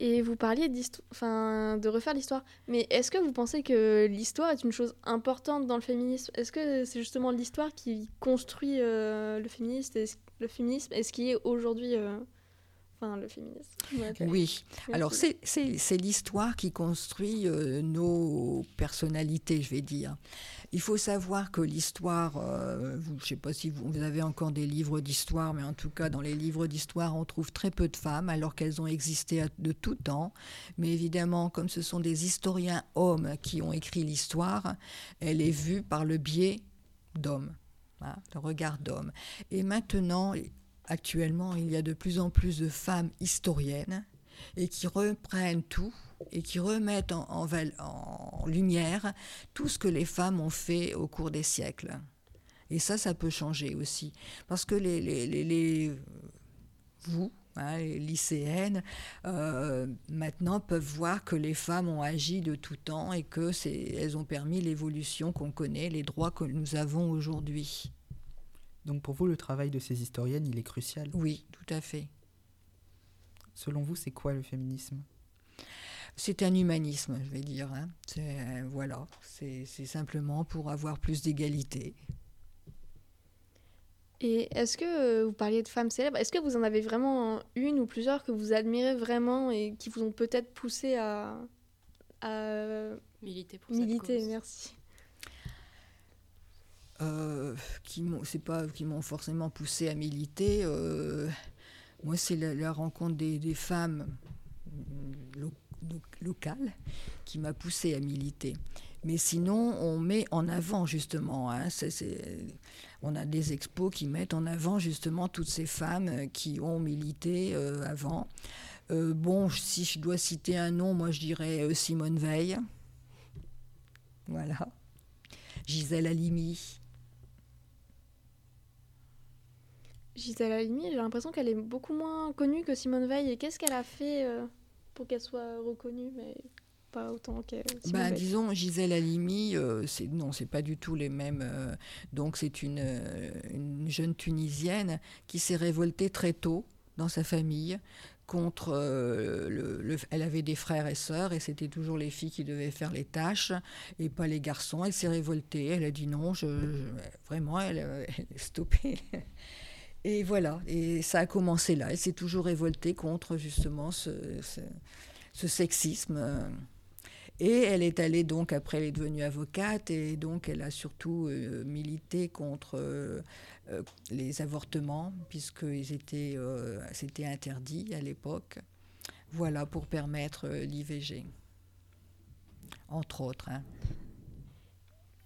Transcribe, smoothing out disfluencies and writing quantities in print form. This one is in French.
Et vous parliez de refaire l'histoire. Mais est-ce que vous pensez que l'histoire est une chose importante dans le féminisme? Est-ce que c'est justement l'histoire qui construit le féminisme et ce qui est aujourd'hui le féminisme? Oui, alors Merci. c'est l'histoire qui construit nos personnalités, je vais dire. Il faut savoir que l'histoire, je ne sais pas si vous avez encore des livres d'histoire, mais en tout cas dans les livres d'histoire on trouve très peu de femmes alors qu'elles ont existé de tout temps. Mais évidemment, comme ce sont des historiens hommes qui ont écrit l'histoire, elle est vue par le biais d'hommes, hein, le regard d'hommes. Et maintenant, actuellement, il y a de plus en plus de femmes historiennes et qui reprennent tout et qui remettent en lumière tout ce que les femmes ont fait au cours des siècles. Et ça peut changer aussi. Parce que vous, hein, les lycéennes, maintenant peuvent voir que les femmes ont agi de tout temps et qu'elles ont permis l'évolution qu'on connaît, les droits que nous avons aujourd'hui. Donc pour vous, le travail de ces historiennes, il est crucial. Oui, tout à fait. Selon vous, c'est quoi le féminisme ? C'est un humanisme, je vais dire. Hein. C'est simplement pour avoir plus d'égalité. Et est-ce que vous parliez de femmes célèbres, est-ce que vous en avez vraiment une ou plusieurs que vous admirez vraiment et qui vous ont peut-être poussé à militer pour militer, cette cause? Merci. Qui m'ont forcément poussé à militer. Moi, c'est la rencontre des femmes locales qui m'a poussé à militer. Mais sinon, on met en avant justement, hein, on a des expos qui mettent en avant justement toutes ces femmes qui ont milité avant. Si je dois citer un nom, moi je dirais Simone Veil. Voilà. Gisèle Halimi. Gisèle Halimi, j'ai l'impression qu'elle est beaucoup moins connue que Simone Veil. Et qu'est-ce qu'elle a fait pour qu'elle soit reconnue, mais pas autant que Simone Veil? Disons, Gisèle Halimi, c'est pas du tout les mêmes. Donc c'est une jeune Tunisienne qui s'est révoltée très tôt dans sa famille contre elle avait des frères et sœurs et c'était toujours les filles qui devaient faire les tâches et pas les garçons. Elle s'est révoltée, elle a dit non, vraiment, elle est stoppée. Et voilà, et ça a commencé là. Elle s'est toujours révoltée contre justement ce sexisme. Et elle est allée donc, après elle est devenue avocate, et donc elle a surtout milité contre les avortements, puisque c'était interdit à l'époque. Voilà, pour permettre l'IVG, entre autres. Hein.